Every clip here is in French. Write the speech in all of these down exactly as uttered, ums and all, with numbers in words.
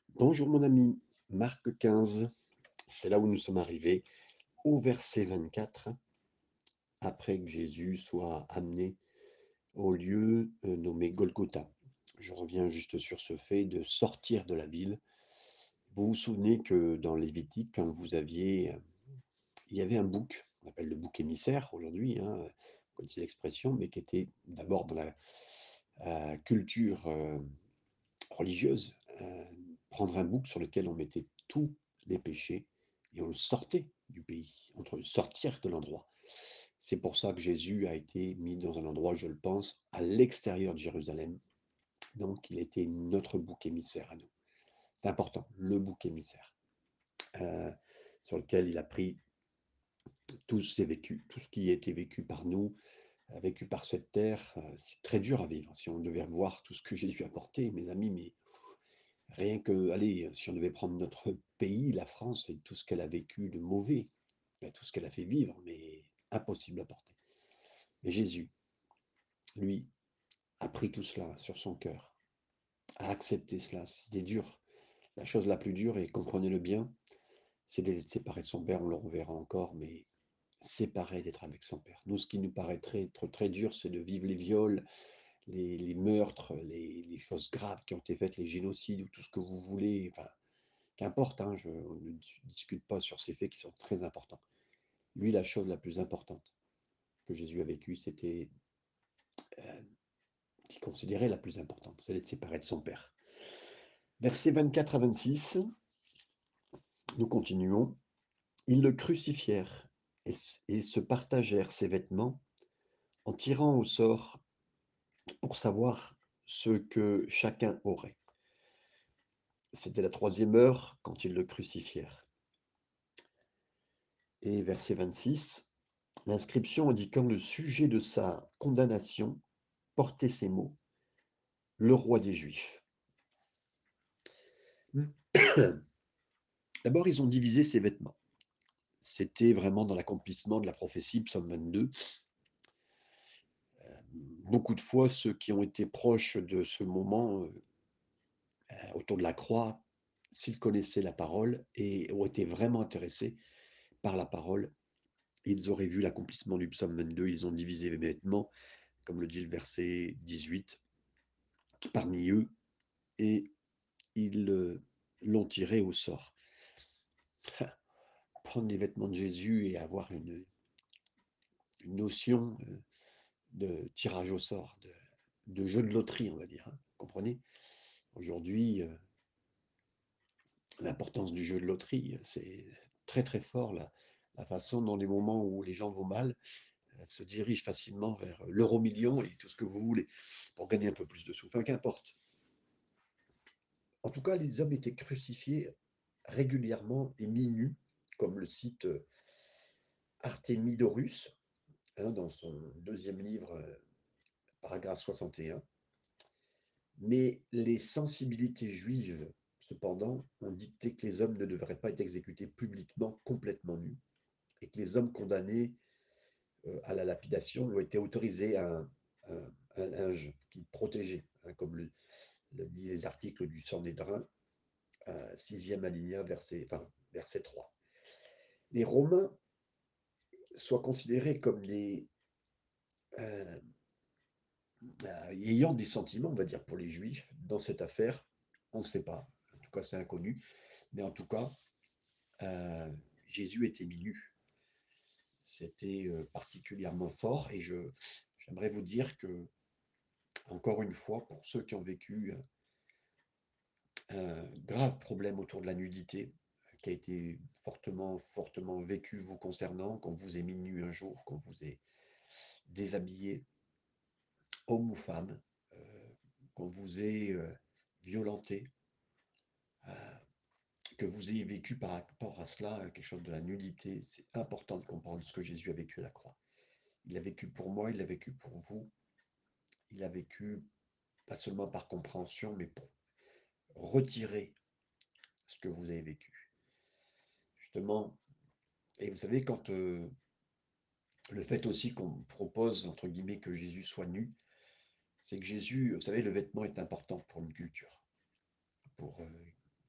Bonjour mon ami, Marc quinze, c'est là où nous sommes arrivés, au verset vingt-quatre, après que Jésus soit amené au lieu euh, nommé Golgotha. Je reviens juste sur ce fait de sortir de la ville. Vous vous souvenez que dans Lévitique, quand vous aviez, euh, il y avait un bouc, on appelle le bouc émissaire aujourd'hui, hein, vous connaissez l'expression, mais qui était d'abord dans la euh, culture euh, religieuse, euh, prendre un bouc sur lequel on mettait tous les péchés et on le sortait du pays, entre sortir de l'endroit. C'est pour ça que Jésus a été mis dans un endroit, je le pense, à l'extérieur de Jérusalem. Donc, il était notre bouc émissaire à nous. C'est important, le bouc émissaire, euh, sur lequel il a pris tout ce, vécu, tout ce qui a été vécu par nous, euh, vécu par cette terre. Euh, c'est très dur à vivre. Si on devait voir tout ce que Jésus a porté, mes amis, mais rien que, allez, si on devait prendre notre pays, la France, et tout ce qu'elle a vécu de mauvais, et tout ce qu'elle a fait vivre, mais impossible à porter. Mais Jésus, lui, a pris tout cela sur son cœur, a accepté cela. C'était dur. La chose la plus dure, et comprenez-le bien, c'est d'être séparé de son Père, on le reverra encore, mais séparé d'être avec son Père. Nous, ce qui nous paraîtrait être très dur, c'est de vivre les viols, les, les meurtres, les, les choses graves qui ont été faites, les génocides, ou tout ce que vous voulez, enfin, qu'importe, hein, je, on ne discute pas sur ces faits qui sont très importants. Lui, la chose la plus importante que Jésus a vécue, c'était, euh, qu'il considérait la plus importante, c'est d'être séparé de son Père. Versets vingt-quatre à vingt-six, nous continuons. Ils le crucifièrent et, et se partagèrent ses vêtements en tirant au sort pour savoir ce que chacun aurait. C'était la troisième heure quand ils le crucifièrent. Et verset vingt-six, l'inscription indiquant le sujet de sa condamnation portait ces mots: le roi des Juifs. D'abord, ils ont divisé ses vêtements. C'était vraiment dans l'accomplissement de la prophétie, psaume vingt-deux. Beaucoup de fois, ceux qui ont été proches de ce moment euh, autour de la croix, s'ils connaissaient la parole et ont été vraiment intéressés par la parole, ils auraient vu l'accomplissement du psaume vingt-deux. Ils ont divisé les vêtements, comme le dit le verset dix-huit, parmi eux, et ils euh, l'ont tiré au sort. Prendre les vêtements de Jésus et avoir une, une notion euh, de tirage au sort, de, de jeu de loterie, on va dire. Hein, vous comprenez? Aujourd'hui, euh, l'importance du jeu de loterie, c'est très très fort la, la façon dans les moments où les gens vont mal, euh, se dirigent facilement vers l'euro million et tout ce que vous voulez pour gagner un peu plus de sous. Enfin, qu'importe. En tout cas, les hommes étaient crucifiés régulièrement et mis nus, comme le cite euh, Artémidorus, hein, dans son deuxième livre, euh, paragraphe soixante et un. Mais les sensibilités juives, cependant, ont dicté que les hommes ne devraient pas être exécutés publiquement, complètement nus, et que les hommes condamnés euh, à la lapidation ont été autorisés à un, un, un linge qui protégeait, hein, comme le, le dit les articles du Sanhédrin, euh, sixième alinéa, verset, enfin, verset trois. Les Romains soient considérés comme des euh, euh, ayant des sentiments, on va dire, pour les Juifs dans cette affaire, on ne sait pas. En tout cas, c'est inconnu. Mais en tout cas, euh, Jésus était mis nu. C'était euh, particulièrement fort. Et je, j'aimerais vous dire que, encore une fois, pour ceux qui ont vécu un grave problème autour de la nudité, qui a été fortement, fortement vécu vous concernant, qu'on vous ait mis nu un jour, qu'on vous ait déshabillé, homme ou femme, euh, qu'on vous ait euh, violenté, euh, que vous ayez vécu par rapport à cela quelque chose de la nudité, c'est important de comprendre ce que Jésus a vécu à la croix. Il a vécu pour moi, il a vécu pour vous, il a vécu pas seulement par compréhension, mais pour retirer ce que vous avez vécu. Justement, et vous savez, quand euh, le fait aussi qu'on propose, entre guillemets, que Jésus soit nu, c'est que Jésus, vous savez, le vêtement est important pour une culture, pour euh,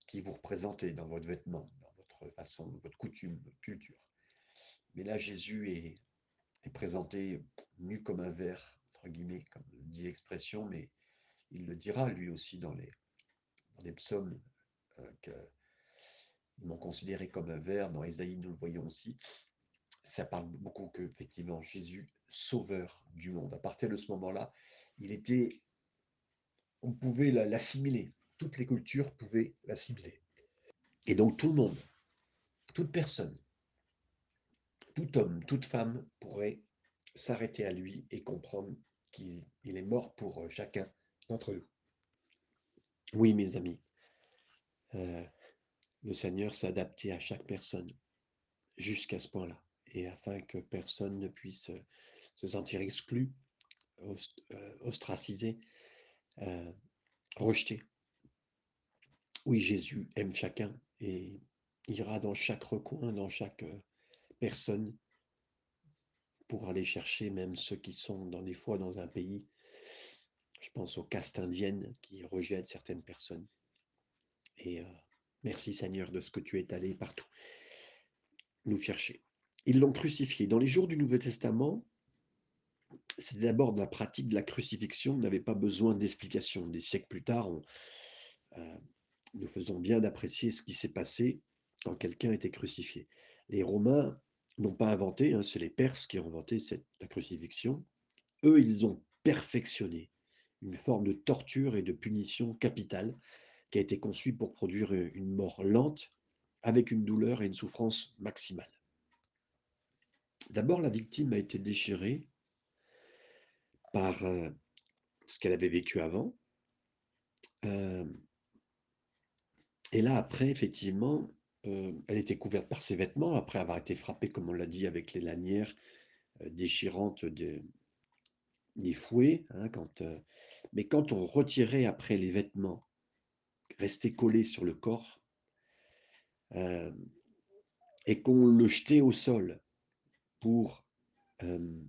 qui vous représentez dans votre vêtement, dans votre façon, votre coutume, votre culture. Mais là, Jésus est, est présenté nu comme un ver, entre guillemets, comme dit l'expression, mais il le dira lui aussi dans les, dans les psaumes euh, qu'ils m'ont considéré comme un ver. Dans Ésaïe, nous le voyons aussi. Ça parle beaucoup que, effectivement, Jésus, sauveur du monde. À partir de ce moment-là, il était, on pouvait l'assimiler. Toutes les cultures pouvaient l'assimiler. Et donc tout le monde, toute personne, tout homme, toute femme pourrait s'arrêter à lui et comprendre qu'il il est mort pour euh, chacun d'entre nous. Oui, mes amis, euh, le Seigneur s'est adapté à chaque personne jusqu'à ce point-là, et afin que personne ne puisse euh, se sentir exclu, ost- euh, ostracisé, euh, rejeté. Oui, Jésus aime chacun et ira dans chaque recoin, dans chaque euh, personne, pour aller chercher même ceux qui sont dans des fois dans un pays. Je pense aux castes indiennes qui rejettent certaines personnes. Et euh, merci Seigneur de ce que tu es allé partout nous chercher. Ils l'ont crucifié. Dans les jours du Nouveau Testament, c'est d'abord de la pratique de la crucifixion. On n'avait pas besoin d'explications. Des siècles plus tard, on, euh, nous faisons bien d'apprécier ce qui s'est passé quand quelqu'un était crucifié. Les Romains n'ont pas inventé, hein, c'est les Perses qui ont inventé cette, la crucifixion. Eux, ils ont perfectionné une forme de torture et de punition capitale qui a été conçue pour produire une mort lente avec une douleur et une souffrance maximale. D'abord, la victime a été déchirée par euh, ce qu'elle avait vécu avant. Euh, et là, après, effectivement, euh, elle était couverte par ses vêtements, après avoir été frappée, comme on l'a dit, avec les lanières euh, déchirantes de, des fouets. Hein, quand, euh, mais quand on retirait après les vêtements, restés collés sur le corps, euh, et qu'on le jetait au sol pour euh,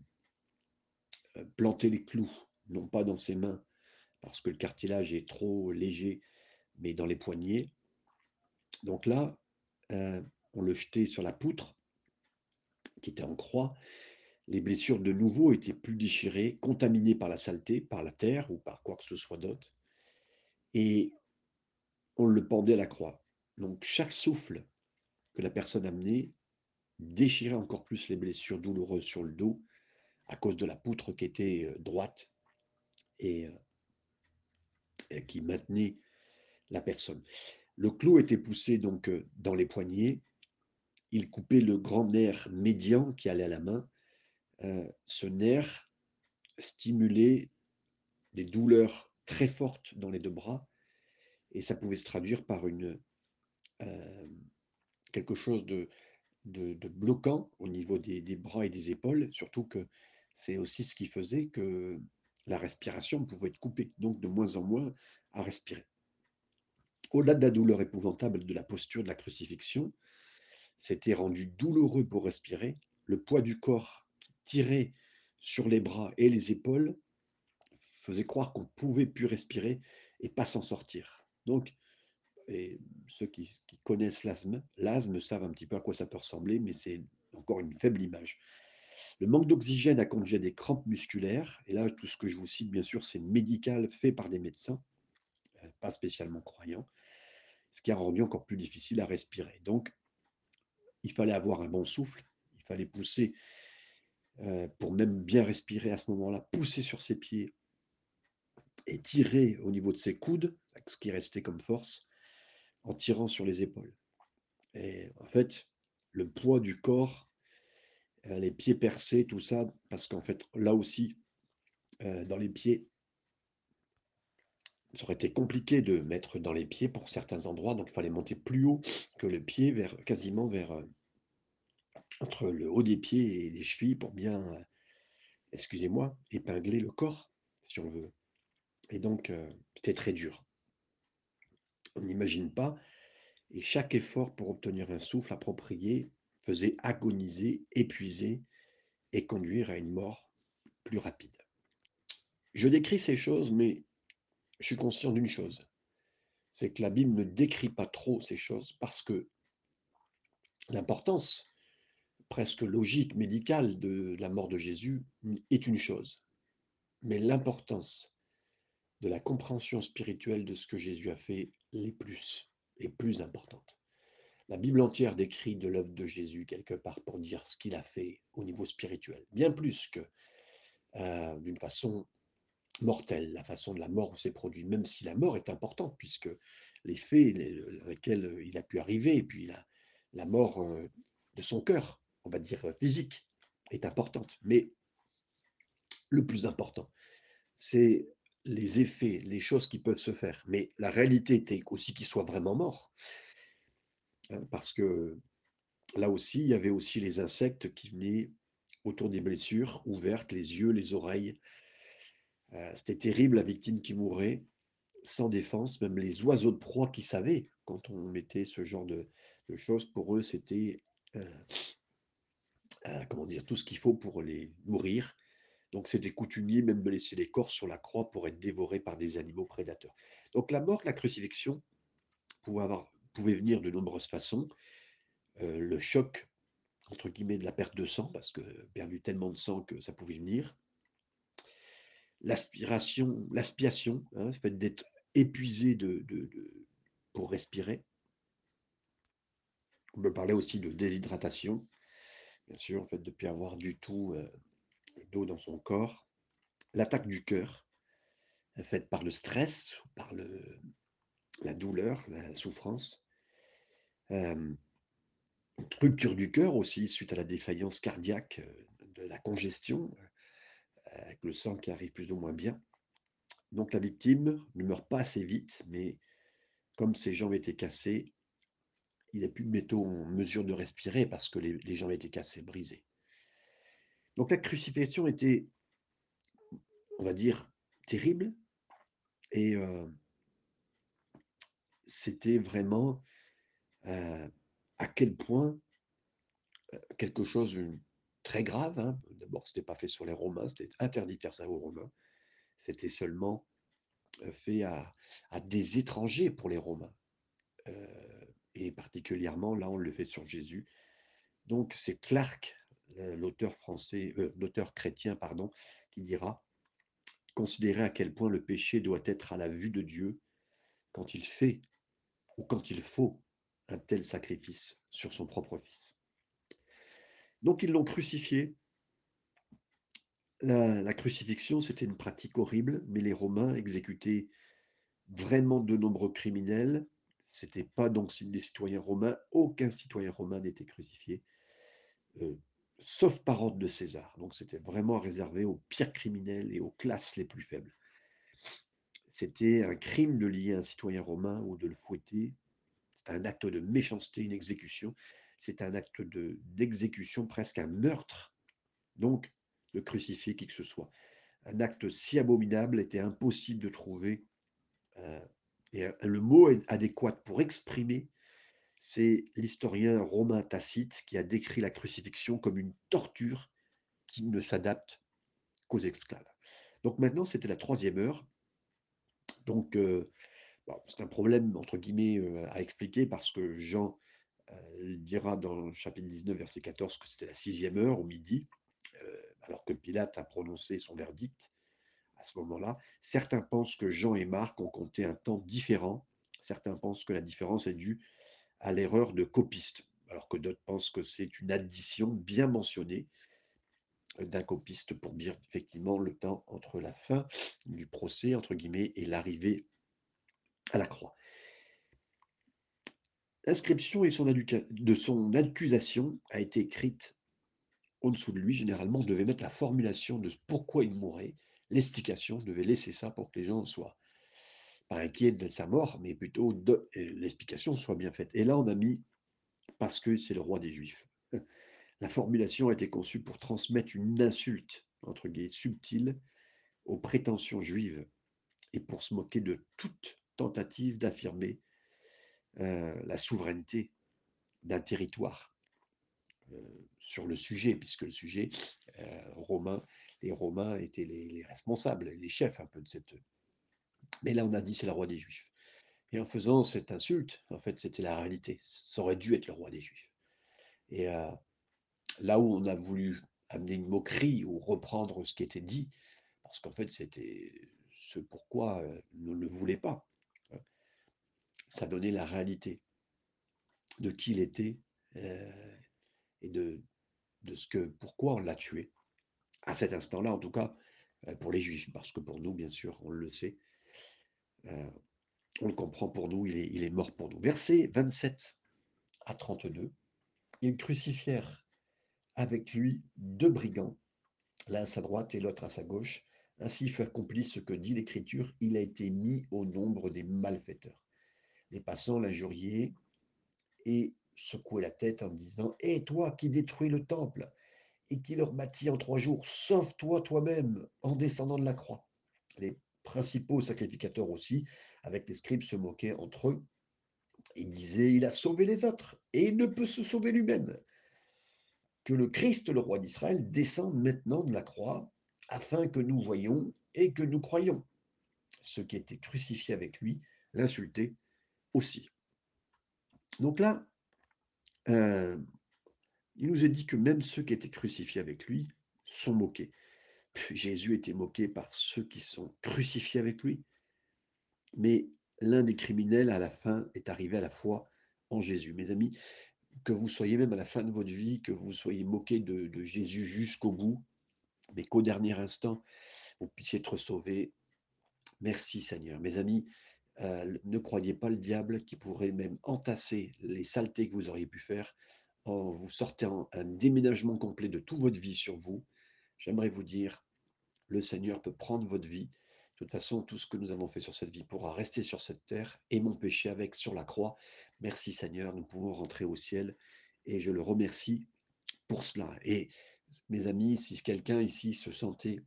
planter les clous, non pas dans ses mains, parce que le cartilage est trop léger, mais dans les poignets. Donc là, euh, on le jetait sur la poutre, qui était en croix. Les blessures de nouveau étaient plus déchirées, contaminées par la saleté, par la terre ou par quoi que ce soit d'autre. Et on le pendait à la croix. Donc chaque souffle que la personne amenait déchirait encore plus les blessures douloureuses sur le dos à cause de la poutre qui était euh, droite et, euh, et qui maintenait la personne. Le clou était poussé donc euh, dans les poignets. Il coupait le grand nerf médian qui allait à la main. Euh, ce nerf stimulait des douleurs très fortes dans les deux bras et ça pouvait se traduire par une, euh, quelque chose de, de, de bloquant au niveau des, des bras et des épaules, surtout que c'est aussi ce qui faisait que la respiration pouvait être coupée, donc de moins en moins à respirer. Au-delà de la douleur épouvantable de la posture de la crucifixion, c'était rendu douloureux pour respirer. Le poids du corps qui tirait sur les bras et les épaules faisait croire qu'on ne pouvait plus respirer et pas s'en sortir. Donc, et ceux qui, qui connaissent l'asthme, l'asthme savent un petit peu à quoi ça peut ressembler, mais c'est encore une faible image. Le manque d'oxygène a conduit à des crampes musculaires. Et là, tout ce que je vous cite, bien sûr, c'est médical, fait par des médecins, euh, pas spécialement croyants, ce qui a rendu encore plus difficile à respirer. Donc, il fallait avoir un bon souffle, il fallait pousser euh, pour même bien respirer à ce moment-là, pousser sur ses pieds et tirer au niveau de ses coudes, ce qui restait comme force, en tirant sur les épaules. Et en fait, le poids du corps, euh, les pieds percés, tout ça, parce qu'en fait, là aussi, euh, dans les pieds, ça aurait été compliqué de mettre dans les pieds pour certains endroits, donc il fallait monter plus haut que le pied, vers, quasiment vers euh, entre le haut des pieds et les chevilles pour bien, euh, excusez-moi, épingler le corps, si on veut. Et donc, euh, c'était très dur. On n'imagine pas. Et chaque effort pour obtenir un souffle approprié faisait agoniser, épuiser et conduire à une mort plus rapide. Je décris ces choses, mais je suis conscient d'une chose. c'est que la Bible ne décrit pas trop ces choses parce que l'importance presque logique, médicale de la mort de Jésus est une chose, mais l'importance de la compréhension spirituelle de ce que Jésus a fait l'est plus, est plus importante. La Bible entière décrit de l'œuvre de Jésus quelque part pour dire ce qu'il a fait au niveau spirituel, bien plus que euh, d'une façon mortelle, la façon de la mort où s'est produit, même si la mort est importante, puisque les faits les, lesquels il a pu arriver, et puis la, la mort euh, de son cœur, on va dire euh, physique, est importante. Mais le plus important, c'est les effets, les choses qui peuvent se faire. Mais la réalité était aussi qu'il soit vraiment mort, hein, parce que là aussi, il y avait aussi les insectes qui venaient autour des blessures ouvertes, les yeux, les oreilles. Euh, c'était terrible, la victime qui mourait sans défense, même les oiseaux de proie qui savaient, quand on mettait ce genre de, de choses, pour eux, c'était, euh, euh, comment dire, tout ce qu'il faut pour les nourrir. Donc c'était coutumier même de laisser les corps sur la croix pour être dévorés par des animaux prédateurs. Donc la mort, la crucifixion, pouvait, avoir, pouvait venir de nombreuses façons. Euh, le choc, entre guillemets, de la perte de sang, parce que perdu tellement de sang que ça pouvait venir. L'aspiration, l'aspiation, hein, le fait d'être épuisé de, de, de, pour respirer. On peut parler aussi de déshydratation, bien sûr, en fait, de ne plus avoir du tout euh, d'eau dans son corps. L'attaque du cœur, faite par le stress, par le, la douleur, la souffrance. Euh, Rupture du cœur aussi, suite à la défaillance cardiaque, euh, de la congestion, euh, avec le sang qui arrive plus ou moins bien. Donc la victime ne meurt pas assez vite, mais comme ses jambes étaient cassées, il n'a plus, mettons, en mesure de respirer parce que les, les jambes étaient cassées, brisées. Donc la crucifixion était, on va dire, terrible, et euh, c'était vraiment euh, à quel point euh, quelque chose de très grave. Hein. D'abord, ce n'était pas fait sur les Romains, c'était interdit de faire ça aux Romains. C'était seulement euh, fait à, à des étrangers pour les Romains. Euh, et particulièrement, là, on le fait sur Jésus. Donc, c'est Clark, l'auteur français, euh, l'auteur chrétien, pardon, qui dira considérer à quel point le péché doit être à la vue de Dieu quand il fait ou quand il faut un tel sacrifice sur son propre fils. Donc ils l'ont crucifié. La, la crucifixion, c'était une pratique horrible, mais les Romains exécutaient vraiment de nombreux criminels. C'était pas donc des citoyens romains. Aucun citoyen romain n'était crucifié, euh, sauf par ordre de César. Donc c'était vraiment réservé aux pires criminels et aux classes les plus faibles. C'était un crime de lier un citoyen romain ou de le fouetter. C'est un acte de méchanceté, une exécution. C'est un acte de, d'exécution, presque un meurtre. Donc, de crucifier qui que ce soit. Un acte si abominable était impossible de trouver. Euh, et euh, le mot adéquat pour exprimer, c'est l'historien romain Tacite qui a décrit la crucifixion comme une torture qui ne s'adapte qu'aux esclaves. Donc maintenant, c'était la troisième heure. Donc, euh, bon, c'est un problème, entre guillemets, euh, à expliquer parce que Jean euh, dira dans le chapitre dix-neuf, verset quatorze, que c'était la sixième heure, au midi, euh, alors que Pilate a prononcé son verdict à ce moment-là. Certains pensent que Jean et Marc ont compté un temps différent. Certains pensent que la différence est due à l'erreur de copiste, alors que d'autres pensent que c'est une addition bien mentionnée d'un copiste pour dire effectivement le temps entre la fin du procès, entre guillemets, et l'arrivée à la croix. L'inscription et son de son accusation a été écrite en dessous de lui. Généralement, on devait mettre la formulation de pourquoi il mourait, l'explication, on devait laisser ça pour que les gens soient pas inquiets de sa mort, mais plutôt de l'explication soit bien faite. Et là, on a mis parce que c'est le roi des Juifs. La formulation a été conçue pour transmettre une insulte, entre guillemets, subtile aux prétentions juives et pour se moquer de toute tentative d'affirmer euh, la souveraineté d'un territoire euh, sur le sujet, puisque le sujet euh, romain, les Romains étaient les, les responsables, les chefs un peu de cette. Mais là, on a dit c'est le roi des Juifs. Et en faisant cette insulte, en fait, c'était la réalité. Ça aurait dû être le roi des Juifs. Et heu, là où on a voulu amener une moquerie ou reprendre ce qui était dit, parce qu'en fait, c'était ce pourquoi, heu, ne le voulait pas, heu, ça donnait la réalité de qui il était, heu et de de ce que pourquoi on l'a tué. À cet instant-là, en tout cas, heu, pour les Juifs, parce que pour nous, bien sûr, on le sait, heu, on le comprend pour nous, il est il est mort pour nous. Versets vingt-sept à trente-deux, ils crucifièrent avec lui deux brigands, l'un à sa droite et l'autre à sa gauche. Ainsi fut accompli ce que dit l'Écriture, il a été mis au nombre des malfaiteurs. Les passants l'injuriaient et secouaient la tête en disant: «Et toi qui détruis le temple et qui leur bâtis en trois jours, sauve-toi toi-même en descendant de la croix.» Les principaux sacrificateurs aussi, avec les scribes, se moquaient entre eux. Ils disaient: «Il a sauvé les autres et il ne peut se sauver lui-même. Que le Christ, le roi d'Israël, descende maintenant de la croix, afin que nous voyions et que nous croyions.» Ceux qui étaient crucifiés avec lui l'insultaient aussi. Donc là, heu, il nous est dit que même ceux qui étaient crucifiés avec lui sont moqués. Pff, Jésus était moqué par ceux qui sont crucifiés avec lui, mais l'un des criminels, à la fin, est arrivé à la foi en Jésus. Mes amis, que vous soyez même à la fin de votre vie, que vous soyez moqué de de Jésus jusqu'au bout, mais qu'au dernier instant, vous puissiez être sauvés. Merci Seigneur. Mes amis, heu, ne croyez pas le diable qui pourrait même entasser les saletés que vous auriez pu faire en vous sortant un déménagement complet de toute votre vie sur vous. J'aimerais vous dire, le Seigneur peut prendre votre vie. De toute façon, tout ce que nous avons fait sur cette vie pourra rester sur cette terre et mon péché avec sur la croix. Merci Seigneur, nous pouvons rentrer au ciel et je le remercie pour cela. Et mes amis, si quelqu'un ici se sentait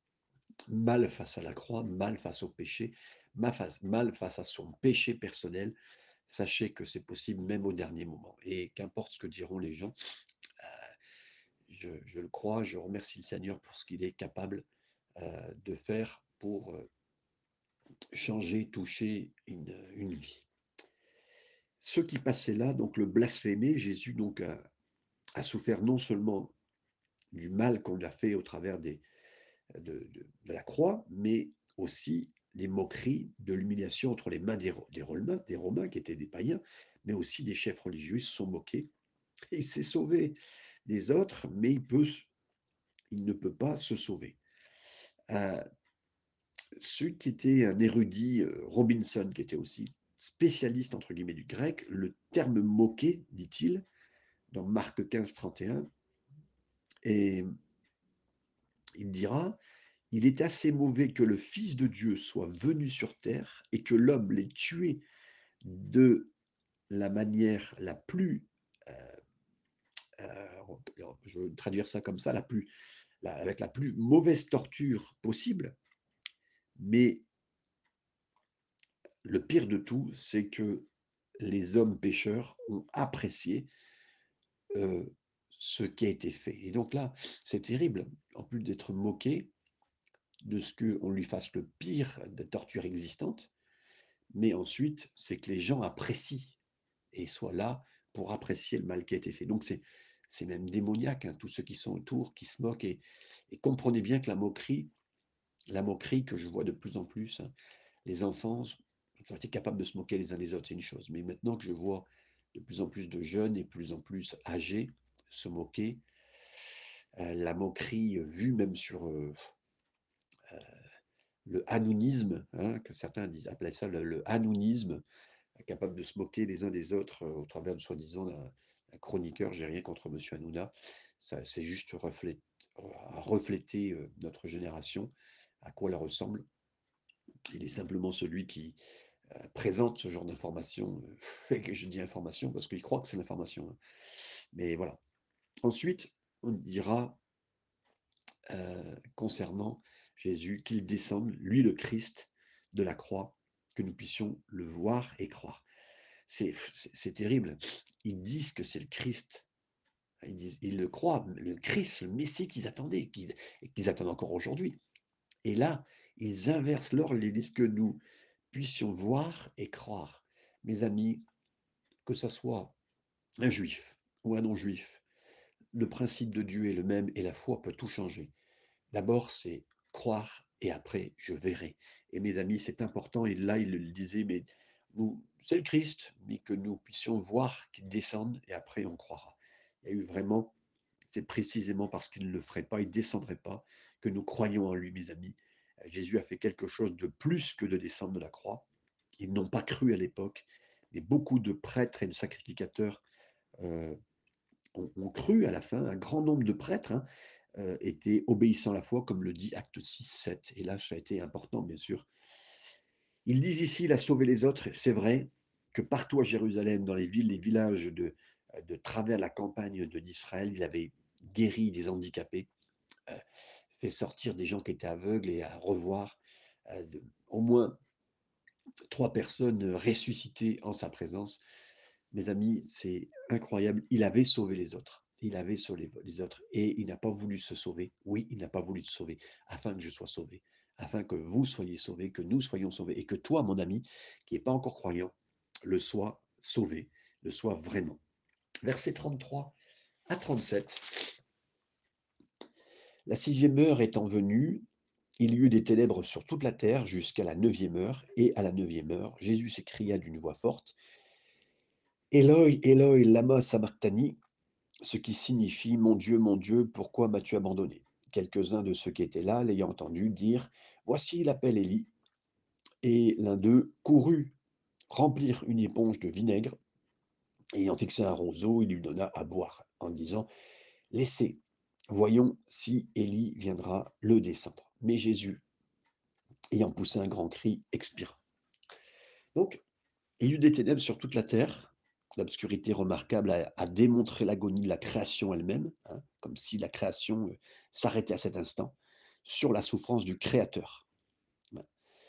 mal face à la croix, mal face au péché, ma face- mal face à son péché personnel, sachez que c'est possible même au dernier moment. Et qu'importe ce que diront les gens, je, je le crois, je remercie le Seigneur pour ce qu'il est capable euh, de faire pour euh, changer, toucher une, une vie. Ceux qui passaient là, donc le blasphémer, Jésus donc a, a souffert non seulement du mal qu'on lui a fait au travers des, de, de- de la croix, mais aussi des moqueries, de l'humiliation entre les mains des, Ro- des Romains, des Romains qui étaient des païens, mais aussi des chefs religieux se sont moqués. Et il s'est sauvé des autres, mais il, peut, il ne peut pas se sauver. Euh, Celui qui était un érudit, euh, Robinson, qui était aussi spécialiste entre guillemets du grec, le terme moqué, dit-il, dans Marc quinze, trente et un, et il dira: il est assez mauvais que le Fils de Dieu soit venu sur terre et que l'homme l'ait tué de la manière la plus, euh, euh, je veux traduire ça comme ça, la plus, la- avec la plus mauvaise torture possible. Mais le pire de tout, c'est que les hommes pécheurs ont apprécié euh, ce qui a été fait. Et donc là, c'est terrible, en plus d'être moqué de ce qu'on lui fasse le pire des tortures existantes, mais ensuite, c'est que les gens apprécient et soient là pour apprécier le mal qui a été fait. Donc c'est c'est même démoniaque, hein, tous ceux qui sont autour, qui se moquent. Et, et comprenez bien que la moquerie, la moquerie que je vois de plus en plus, hein, les enfants ont été capables de se moquer les uns des autres, c'est une chose. Mais maintenant que je vois de plus en plus de jeunes et de plus en plus âgés se moquer, euh, la moquerie euh, vue même sur euh, le hanounisme, hein, que certains disent, appelaient ça le, le hanounisme, capable de se moquer les uns des autres euh, au travers de soi-disant d'un d'un chroniqueur. J'ai rien contre Monsieur Hanouna. Ça, c'est juste reflète, à refléter euh, notre génération, à quoi elle ressemble. Il est simplement celui qui euh, présente ce genre d'information. Euh, et que je dis information parce qu'il croit que c'est l'information, hein. Mais voilà. Ensuite, on dira euh, concernant Jésus qu'il descende, lui le Christ, de la croix, que nous puissions le voir et croire. C'est c'est terrible. Ils disent que c'est le Christ. Ils, disent, ils le croient, le Christ, le Messie qu'ils attendaient, qu'ils qu'ils attendent encore aujourd'hui. Et là, ils inversent l'ordre, ils disent que nous puissions voir et croire. Mes amis, que ça soit un juif ou un non-juif, le principe de Dieu est le même et la foi peut tout changer. D'abord, c'est croire et après, je verrai. Et mes amis, c'est important. Et là, il le disait, mais nous, c'est le Christ, mais que nous puissions voir qu'il descende et après, on croira. Il y a eu vraiment, c'est précisément parce qu'il ne le ferait pas, il ne descendrait pas, que nous croyons en lui, mes amis. Jésus a fait quelque chose de plus que de descendre de la croix. Ils n'ont pas cru à l'époque, mais beaucoup de prêtres et de sacrificateurs euh, ont, ont cru à la fin. Un grand nombre de prêtres, hein, euh, étaient obéissants à la foi, comme le dit Acte six, sept. Et là, ça a été important, bien sûr. Ils disent ici, il a sauvé les autres. C'est vrai que partout à Jérusalem, dans les villes, les villages de, de travers la campagne de d'Israël, il avait guéri des handicapés, euh, fait sortir des gens qui étaient aveugles et à revoir. Euh, de, au moins trois personnes ressuscitées en sa présence. Mes amis, c'est incroyable. Il avait sauvé les autres. Il avait sauvé les autres et il n'a pas voulu se sauver. Oui, il n'a pas voulu se sauver afin que je sois sauvé, afin que vous soyez sauvés, que nous soyons sauvés et que toi, mon ami, qui n'est pas encore croyant, le sois sauvé, le sois vraiment. Versets trente-trois à trente-sept. La sixième heure étant venue, il y eut des ténèbres sur toute la terre jusqu'à la neuvième heure, et à la neuvième heure, Jésus s'écria d'une voix forte, Eloi, Eloi, lama sabachthani, ce qui signifie Mon Dieu, mon Dieu, pourquoi m'as-tu abandonné? Quelques-uns de ceux qui étaient là, l'ayant entendu, dirent Voici il appelle Élie. Et l'un d'eux courut remplir une éponge de vinaigre, et ayant fixé un roseau, il lui donna à boire, en disant Laissez, voyons si Élie viendra le descendre. Mais Jésus, ayant poussé un grand cri, expira. Donc, il y eut des ténèbres sur toute la terre, l'obscurité remarquable a, a démontré l'agonie de la création elle-même, hein, comme si la création euh, s'arrêtait à cet instant, sur la souffrance du Créateur. Voilà.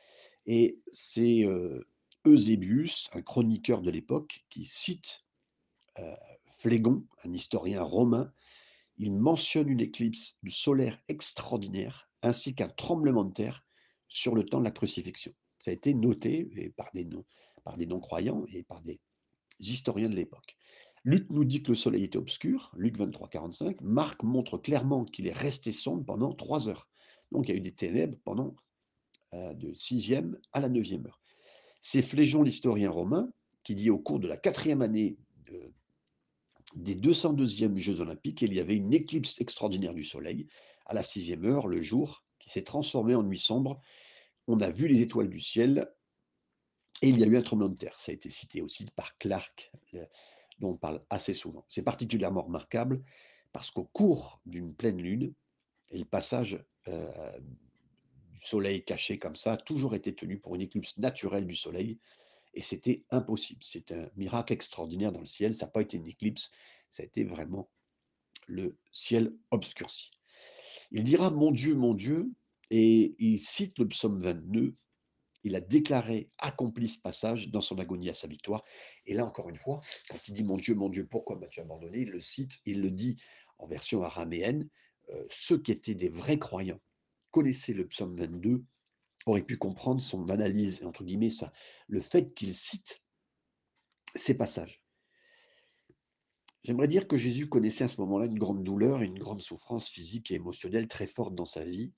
Et c'est euh, Eusébius, un chroniqueur de l'époque, qui cite euh, Phlégon, un historien romain. Il mentionne une éclipse solaire extraordinaire, ainsi qu'un tremblement de terre sur le temps de la crucifixion. Ça a été noté et par des non- par des non-croyants et par des historiens de l'époque. Luc nous dit que le soleil était obscur, Luc vingt-trois, quarante-cinq. Marc montre clairement qu'il est resté sombre pendant trois heures. Donc il y a eu des ténèbres pendant euh, de sixième à la neuvième heure. C'est Phlégon, l'historien romain, qui dit au cours de la quatrième année de, des deux cent deuxièmes Jeux olympiques, il y avait une éclipse extraordinaire du soleil. À la sixième heure, le jour, qui s'est transformé en nuit sombre. On a vu les étoiles du ciel et il y a eu un tremblement de terre. Ça a été cité aussi par Clark, le, dont on parle assez souvent. C'est particulièrement remarquable parce qu'au cours d'une pleine lune, et le passage euh, du soleil caché comme ça a toujours été tenu pour une éclipse naturelle du soleil, et c'était impossible. C'est un miracle extraordinaire dans le ciel, ça n'a pas été une éclipse, ça a été vraiment le ciel obscurci. Il dira « Mon Dieu, mon Dieu », et il cite le psaume vingt-deux, il a déclaré, accompli ce passage dans son agonie à sa victoire. Et là, encore une fois, quand il dit Mon Dieu, mon Dieu, pourquoi m'as-tu abandonné? Il le cite, il le dit en version araméenne. Euh, ceux qui étaient des vrais croyants connaissaient le psaume vingt-deux, auraient pu comprendre son analyse, entre guillemets, ça, le fait qu'il cite ces passages. J'aimerais dire que Jésus connaissait à ce moment-là une grande douleur et une grande souffrance physique et émotionnelle très forte dans sa vie,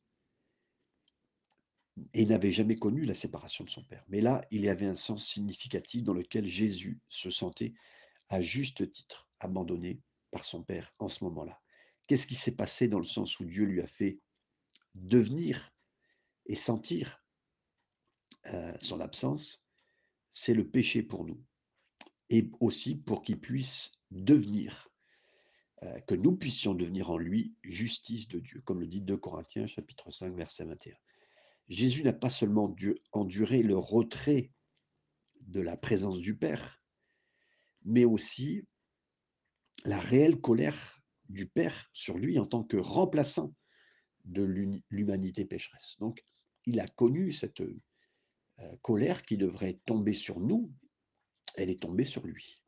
et n'avait jamais connu la séparation de son Père. Mais là, il y avait un sens significatif dans lequel Jésus se sentait à juste titre abandonné par son Père en ce moment-là. Qu'est-ce qui s'est passé dans le sens où Dieu lui a fait devenir et sentir euh, son absence? C'est le péché pour nous et aussi pour qu'il puisse devenir, euh, que nous puissions devenir en lui justice de Dieu, comme le dit deux Corinthiens chapitre cinq verset vingt et un. Jésus n'a pas seulement Dieu enduré le retrait de la présence du Père, mais aussi la réelle colère du Père sur lui en tant que remplaçant de l'humanité pécheresse. Donc, il a connu cette euh, colère qui devrait tomber sur nous, elle est tombée sur lui.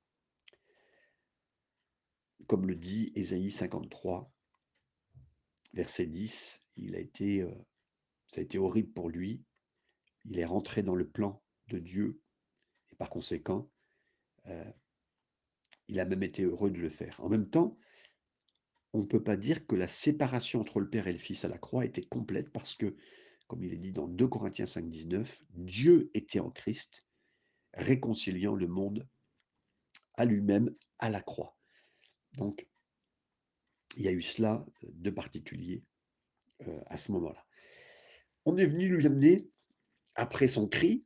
Comme le dit Ésaïe cinquante-trois, verset dix, il a été, euh, ça a été horrible pour lui, Il est rentré dans le plan de Dieu et par conséquent, heu, il a même été heureux de le faire. En même temps, on ne peut pas dire que la séparation entre le Père et le Fils à la croix était complète parce que, comme il est dit dans deux Corinthiens cinq dix-neuf, Dieu était en Christ, réconciliant le monde à lui-même à la croix. Donc, il y a eu cela de particulier euh, à ce moment-là. On est venu lui amener, après son cri,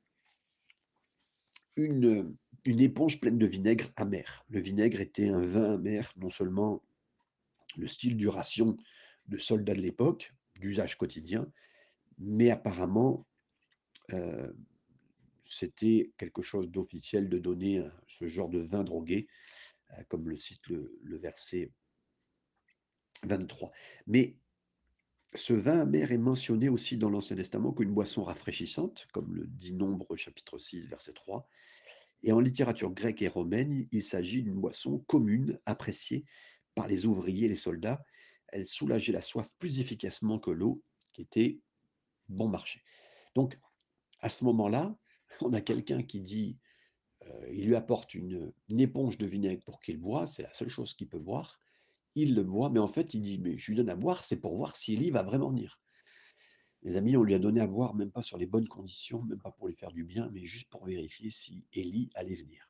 une, une éponge pleine de vinaigre amer. Le vinaigre était un vin amer, non seulement le style du ration de soldats de l'époque, d'usage quotidien, mais apparemment, euh, c'était quelque chose d'officiel de donner un- ce genre de vin drogué, euh, comme le cite le, le verset vingt-trois. Mais ce vin amer est mentionné aussi dans l'Ancien Testament comme une boisson rafraîchissante, comme le dit Nombre chapitre six, verset trois. Et en littérature grecque et romaine, il s'agit d'une boisson commune, appréciée par les ouvriers et les soldats. Elle soulageait la soif plus efficacement que l'eau, qui était bon marché. Donc, à ce moment-là, on a quelqu'un qui dit, euh, il lui apporte une, une éponge de vinaigre pour qu'il boive, c'est la seule chose qu'il peut boire. Il le boit, mais en fait, il dit, mais je lui donne à boire, c'est pour voir si Élie va vraiment venir. Les amis, on lui a donné à boire, même pas sur les bonnes conditions, même pas pour lui faire du bien, mais juste pour vérifier si Élie allait venir.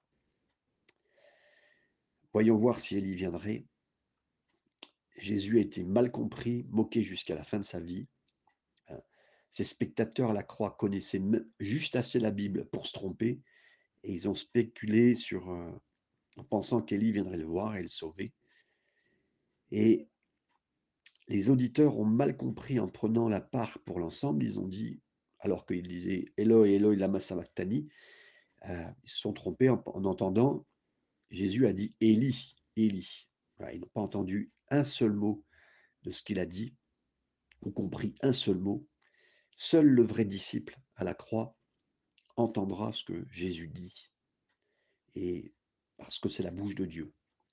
Voyons voir si Élie viendrait. Jésus a été mal compris, moqué jusqu'à la fin de sa vie. Hein. Ses spectateurs à la croix connaissaient juste assez la Bible pour se tromper, et ils ont spéculé sur, euh, en pensant qu'Élie viendrait le voir et le sauver. Et les auditeurs ont mal compris en prenant la part pour l'ensemble. Ils ont dit, alors qu'ils disaient Eloi, Eloi, lama sabachthani, euh, ils se sont trompés en, en entendant Jésus a dit Élie, Élie. Voilà, ils n'ont pas entendu un seul mot de ce qu'il a dit, ou compris un seul mot. Seul le vrai disciple à la croix entendra ce que Jésus dit, et parce que c'est la bouche de Dieu.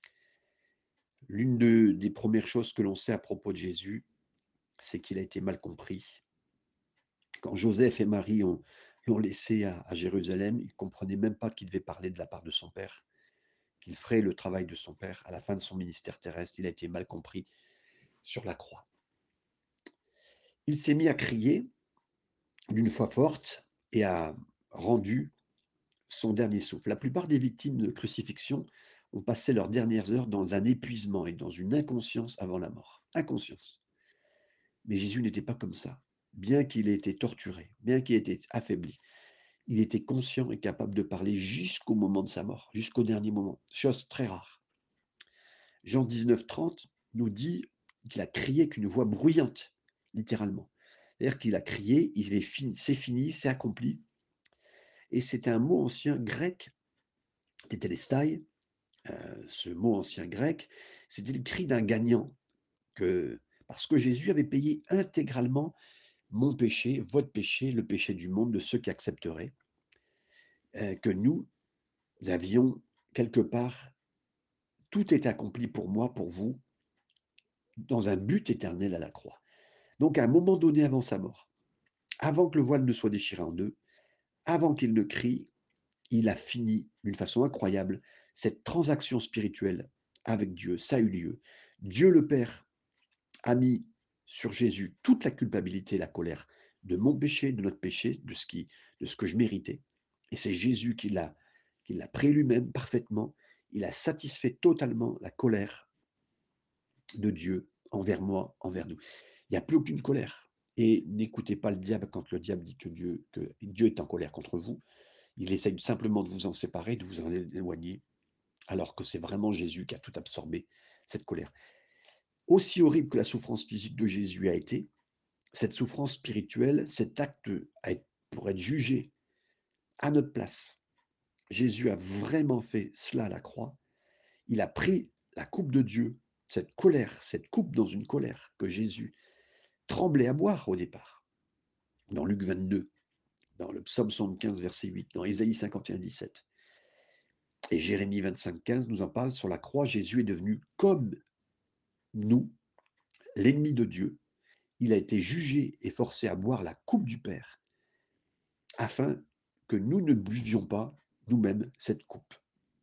L'une de, des premières choses que l'on sait à propos de Jésus, c'est qu'il a été mal compris. Quand Joseph et Marie ont, l'ont laissé à, à Jérusalem, il ne comprenait même pas qu'il devait parler de la part de son père, qu'il ferait le travail de son père à la fin de son ministère terrestre. Il a été mal compris sur la croix. Il s'est mis à crier d'une voix forte et a rendu son dernier souffle. La plupart des victimes de crucifixion ont passé leurs dernières heures dans un épuisement et dans une inconscience avant la mort. Inconscience. Mais Jésus n'était pas comme ça. Bien qu'il ait été torturé, bien qu'il ait été affaibli, il était conscient et capable de parler jusqu'au moment de sa mort, jusqu'au dernier moment. Chose très rare. Jean dix-neuf, trente nous dit qu'il a crié avec une voix bruyante, littéralement. C'est-à-dire qu'il a crié, il est fini, c'est fini, c'est accompli. Et c'était un mot ancien grec, tétélestai, euh, ce mot ancien grec, c'était le cri d'un gagnant, que, parce que Jésus avait payé intégralement mon péché, votre péché, le péché du monde, de ceux qui accepteraient, euh, que nous avions quelque part, tout est accompli pour moi, pour vous, dans un but éternel à la croix. Donc à un moment donné avant sa mort, avant que le voile ne soit déchiré en deux, avant qu'il ne crie, il a fini d'une façon incroyable cette transaction spirituelle avec Dieu. Ça a eu lieu. Dieu le Père a mis sur Jésus toute la culpabilité et la colère de mon péché, de notre péché, de ce, qui, de ce que je méritais. Et c'est Jésus qui l'a, qui l'a pris lui-même parfaitement. Il a satisfait totalement la colère de Dieu envers moi, envers nous. Il n'y a plus aucune colère. Et n'écoutez pas le diable quand le diable dit que Dieu, que Dieu est en colère contre vous. Il essaye simplement de vous en séparer, de vous en éloigner, alors que c'est vraiment Jésus qui a tout absorbé, cette colère. Aussi horrible que la souffrance physique de Jésus a été, cette souffrance spirituelle, cet acte à être, pour être jugé à notre place. Jésus a vraiment fait cela à la croix. Il a pris la coupe de Dieu, cette colère, cette coupe dans une colère que Jésus tremblait à boire au départ, dans Luc vingt-deux, dans le psaume soixante-quinze, verset huit, dans Ésaïe cinquante et un, dix-sept. Et Jérémie vingt-cinq, quinze nous en parle, sur la croix, Jésus est devenu comme nous, l'ennemi de Dieu. Il a été jugé et forcé à boire la coupe du Père. afin que nous ne buvions pas nous-mêmes cette coupe.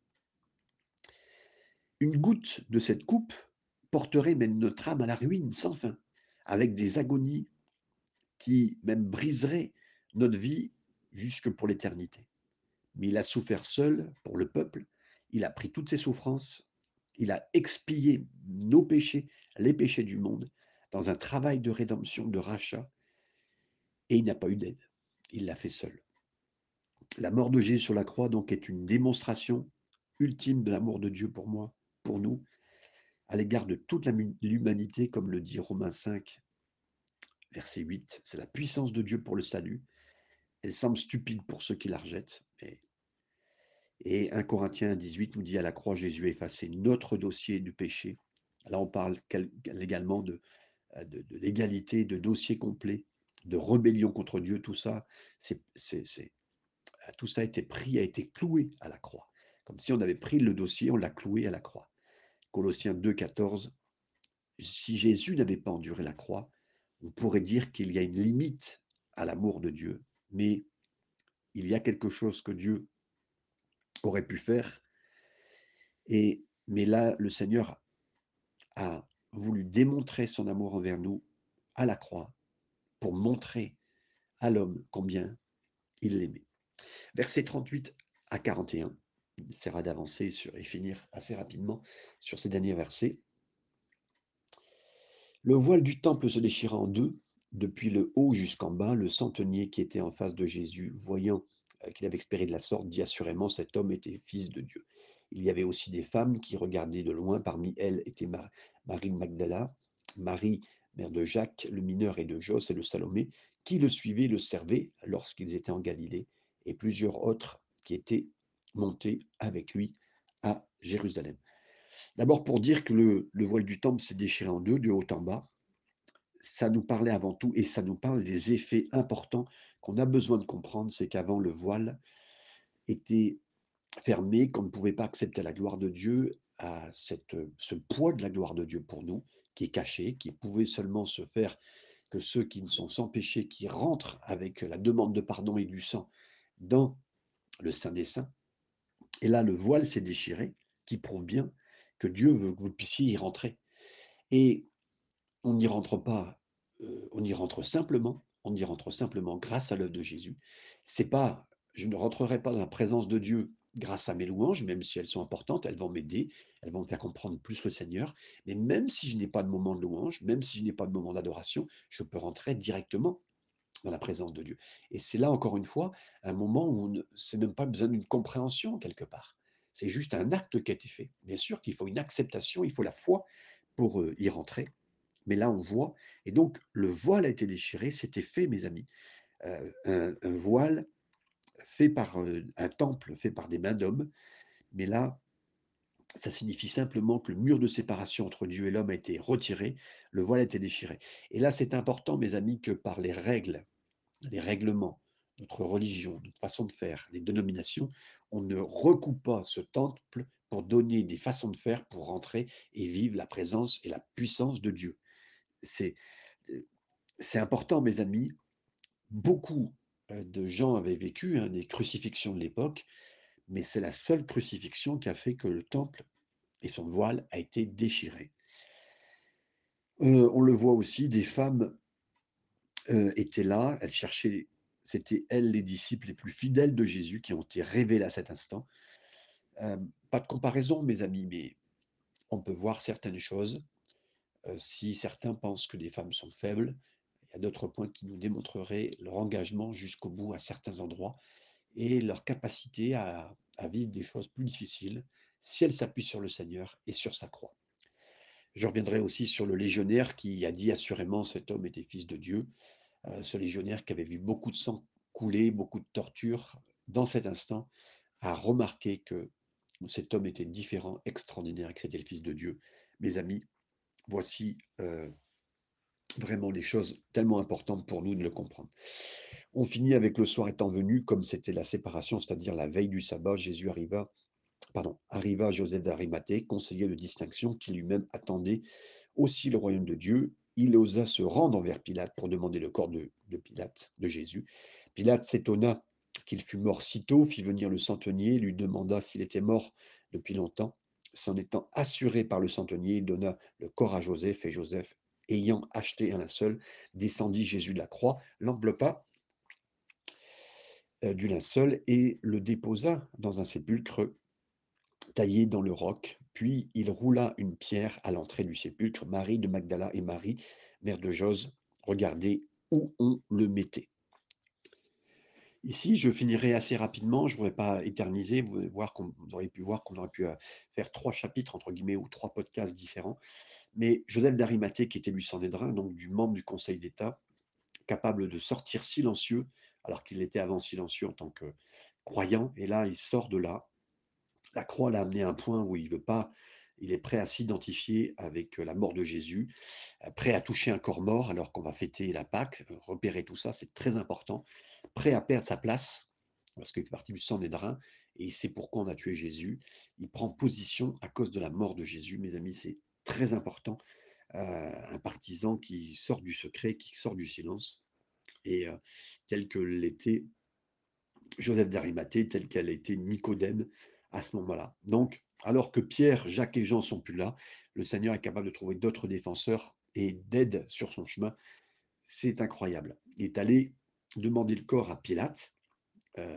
Une goutte de cette coupe porterait même notre âme à la ruine sans fin, avec des agonies qui même briseraient notre vie jusque pour l'éternité. Mais il a souffert seul pour le peuple, il a pris toutes ses souffrances, il a expié nos péchés, les péchés du monde, dans un travail de rédemption, de rachat, et il n'a pas eu d'aide. Il l'a fait seul. La mort de Jésus sur la croix, donc, est une démonstration ultime de l'amour de Dieu pour moi, pour nous, à l'égard de toute l'humanité, comme le dit Romains cinq, verset huit. C'est la puissance de Dieu pour le salut. Elle semble stupide pour ceux qui la rejettent. Et, et un Corinthiens dix-huit nous dit, à la croix, Jésus a effacé notre dossier du péché. Là, on parle également de, de, de l'égalité, de dossier complet, de rébellion contre Dieu. Tout ça, c'est, c'est, c'est, tout ça a été pris, a été cloué à la croix. Comme si on avait pris le dossier, on l'a cloué à la croix. Colossiens deux, quatorze. Si Jésus n'avait pas enduré la croix, on pourrait dire qu'il y a une limite à l'amour de Dieu, mais il y a quelque chose que Dieu aurait pu faire. Et, mais là, le Seigneur a voulu démontrer son amour envers nous à la croix pour montrer à l'homme combien il l'aimait. Versets trente-huit à quarante et un, il essaiera d'avancer sur, et finir assez rapidement sur ces derniers versets. Le voile du temple se déchira en deux, depuis le haut jusqu'en bas. Le centenier qui était en face de Jésus, voyant euh, qu'il avait expiré de la sorte, dit assurément, cet homme était fils de Dieu. Il y avait aussi des femmes qui regardaient de loin. Parmi elles était Mar- Marie Magdala, Marie, mère de Jacques, le mineur, et de Jos et de Salomé, qui le suivaient et le servaient lorsqu'ils étaient en Galilée, et plusieurs autres qui étaient montés avec lui à Jérusalem. D'abord pour dire que le, le voile du temple s'est déchiré en deux, de haut en bas. Ça nous parlait avant tout, et ça nous parle des effets importants qu'on a besoin de comprendre, c'est qu'avant le voile était fermé, qu'on ne pouvait pas accepter la gloire de Dieu, à cette, ce poids de la gloire de Dieu pour nous, qui est caché, qui pouvait seulement se faire que ceux qui ne sont sans péché, qui rentrent avec la demande de pardon et du sang dans le Saint des Saints. Et là, le voile s'est déchiré, qui prouve bien que Dieu veut que vous puissiez y rentrer. Et on n'y rentre pas, euh, on y rentre simplement, on y rentre simplement grâce à l'œuvre de Jésus. C'est pas, je ne rentrerai pas dans la présence de Dieu grâce à mes louanges, même si elles sont importantes, elles vont m'aider, elles vont me faire comprendre plus le Seigneur. Mais même si je n'ai pas de moment de louange, même si je n'ai pas de moment d'adoration, je peux rentrer directement dans la présence de Dieu. Et c'est là, encore une fois, un moment où on c'est même pas besoin d'une compréhension quelque part. C'est juste un acte qui a été fait. Bien sûr qu'il faut une acceptation, il faut la foi pour euh, y rentrer. Mais là, on voit, et donc le voile a été déchiré, c'était fait, mes amis. Euh, un, un voile fait par euh, un temple, fait par des mains d'hommes, mais là, ça signifie simplement que le mur de séparation entre Dieu et l'homme a été retiré, le voile a été déchiré. Et là, c'est important, mes amis, que par les règles, les règlements, notre religion, notre façon de faire, les dénominations, on ne recoupe pas ce temple pour donner des façons de faire pour rentrer et vivre la présence et la puissance de Dieu. C'est c'est important, mes amis. Beaucoup euh, de gens avaient vécu hein, des crucifixions de l'époque, mais c'est la seule crucifixion qui a fait que le temple et son voile a été déchiré. Euh, on le voit aussi, des femmes euh, étaient là, elles cherchaient, c'était elles les disciples les plus fidèles de Jésus qui ont été révélés à cet instant. Euh, pas de comparaison, mes amis, mais on peut voir certaines choses. Euh, si certains pensent que les femmes sont faibles, il y a d'autres points qui nous démontreraient leur engagement jusqu'au bout à certains endroits et leur capacité à, à vivre des choses plus difficiles si elles s'appuient sur le Seigneur et sur sa croix. Je reviendrai aussi sur le légionnaire qui a dit assurément cet homme était fils de Dieu, euh, ce légionnaire qui avait vu beaucoup de sang couler, beaucoup de torture, dans cet instant, a remarqué que cet homme était différent, extraordinaire, et que c'était le fils de Dieu. Mes amis, voici euh, vraiment les choses tellement importantes pour nous de le comprendre. On finit avec le soir étant venu, comme c'était la séparation, c'est-à-dire la veille du sabbat, Jésus arriva, pardon, arriva Joseph d'Arimathée, conseiller de distinction, qui lui-même attendait aussi le royaume de Dieu. Il osa se rendre envers Pilate pour demander le corps de, de Pilate, de Jésus. Pilate s'étonna qu'il fût mort si tôt, fit venir le centenier, lui demanda s'il était mort depuis longtemps. S'en étant assuré par le centenier, il donna le corps à Joseph, et Joseph, ayant acheté un linceul, descendit Jésus de la croix, l'enveloppa euh, du linceul et le déposa dans un sépulcre taillé dans le roc. Puis il roula une pierre à l'entrée du sépulcre. Marie de Magdala et Marie, mère de Jose, regardaient où on le mettait. Ici, je finirai assez rapidement, je ne voudrais pas éterniser, vous voir qu'on vous auriez pu voir qu'on aurait pu, heu, faire trois chapitres entre guillemets ou trois podcasts différents. Mais Joseph d'Arimathée qui était du Sanhédrin, donc du membre du Conseil d'État, capable de sortir silencieux, alors qu'il était avant silencieux en tant que croyant, et là, il sort de là. La croix l'a amené à un point où il veut pas il est prêt à s'identifier avec, heu, la mort de Jésus, heu, prêt à toucher un corps mort alors qu'on va fêter la Pâque, heu, repérer tout ça, c'est très important. Prêt à perdre sa place, parce qu'il fait partie du Sanhédrin et il sait pourquoi on a tué Jésus. Il prend position à cause de la mort de Jésus, mes amis, c'est très important. Heu, un partisan qui sort du secret, qui sort du silence et heu, tel que l'était Joseph d'Arimathée, tel qu'elle était Nicodème à ce moment-là. Donc, alors que Pierre, Jacques et Jean sont plus là, le Seigneur est capable de trouver d'autres défenseurs et d'aide sur son chemin. C'est incroyable. Il est allé demander le corps à Pilate. Euh,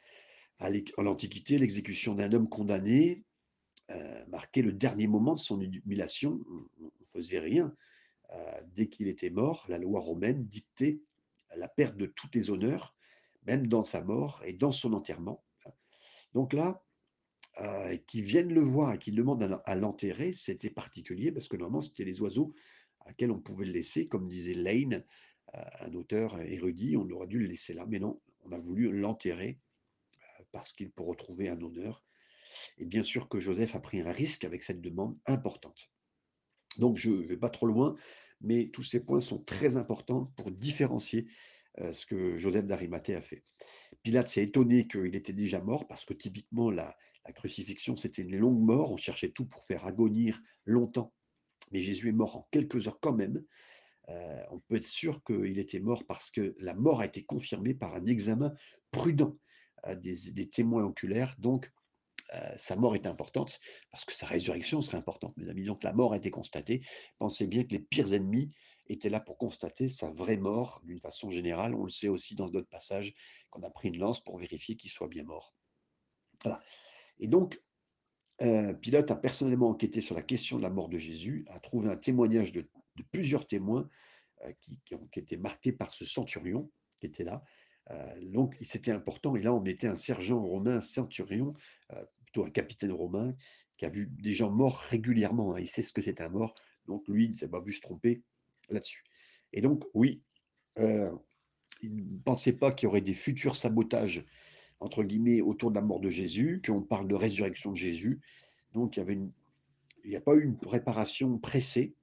à l'Antiquité, l'exécution d'un homme condamné euh, marquait le dernier moment de son humiliation. On ne faisait rien. Euh, dès qu'il était mort, la loi romaine dictait la perte de tous les honneurs, même dans sa mort et dans son enterrement. Donc là, heu, qu'ils viennent le voir et qu'ils demandent à l'en à l'enterrer, c'était particulier parce que normalement, c'était les oiseaux à quels on pouvait le laisser, comme disait Lane, heu, un auteur érudit, on aurait dû le laisser là, mais non, on a voulu l'enterrer, heu, parce qu'il pour retrouver un honneur et bien sûr que Joseph a pris un risque avec cette demande importante. Donc je ne vais pas trop loin, mais tous ces points sont très importants pour différencier, heu, ce que Joseph d'Arimathée a fait. Pilate s'est étonné qu'il était déjà mort parce que typiquement la, la crucifixion c'était une longue mort, on cherchait tout pour faire agonir longtemps, mais Jésus est mort en quelques heures quand même. Euh, on peut être sûr qu'il était mort parce que la mort a été confirmée par un examen prudent euh, des, des témoins oculaires, donc euh, sa mort est importante parce que sa résurrection serait importante, mes amis. Donc la mort a été constatée. Pensez bien que les pires ennemis étaient là pour constater sa vraie mort d'une façon générale. On le sait aussi dans d'autres passages qu'on a pris une lance pour vérifier qu'il soit bien mort. Voilà. Et donc, euh, Pilate a personnellement enquêté sur la question de la mort de Jésus, a trouvé un témoignage de, de plusieurs témoins euh, qui, qui, ont, qui étaient marqués par ce centurion qui était là. Euh, donc, c'était important. Et là, on mettait un sergent romain, un centurion, euh, plutôt un capitaine romain, qui a vu des gens morts régulièrement. Hein, il sait ce que c'est un mort. Donc, lui, il ne s'est pas vu se tromper là-dessus. Et donc, oui, euh, il ne pensait pas qu'il y aurait des futurs sabotages, entre guillemets, autour de la mort de Jésus, qu'on parle de résurrection de Jésus. Donc, il y avait une, il n'y a pas eu une préparation pressée,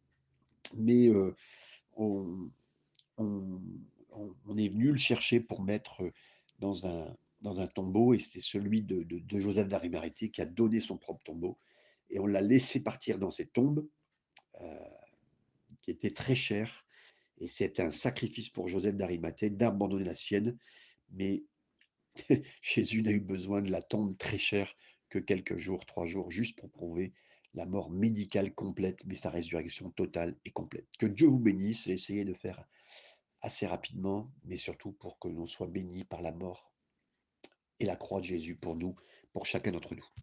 mais euh, on, on, on- on est venu le chercher pour mettre dans un, dans un tombeau, et c'était celui de, de- de Joseph d'Arimathée qui a donné son propre tombeau. Et on l'a laissé partir dans cette tombe euh, qui était très chère. Et c'est un sacrifice pour Joseph d'Arimathée d'abandonner la sienne. Mais Jésus n'a eu besoin de la tombe très chère que quelques jours, trois jours, juste pour prouver la mort médicale complète, mais sa résurrection totale et complète. Que Dieu vous bénisse et essayez de faire assez rapidement, mais surtout pour que l'on soit béni par la mort et la croix de Jésus pour nous, pour chacun d'entre nous.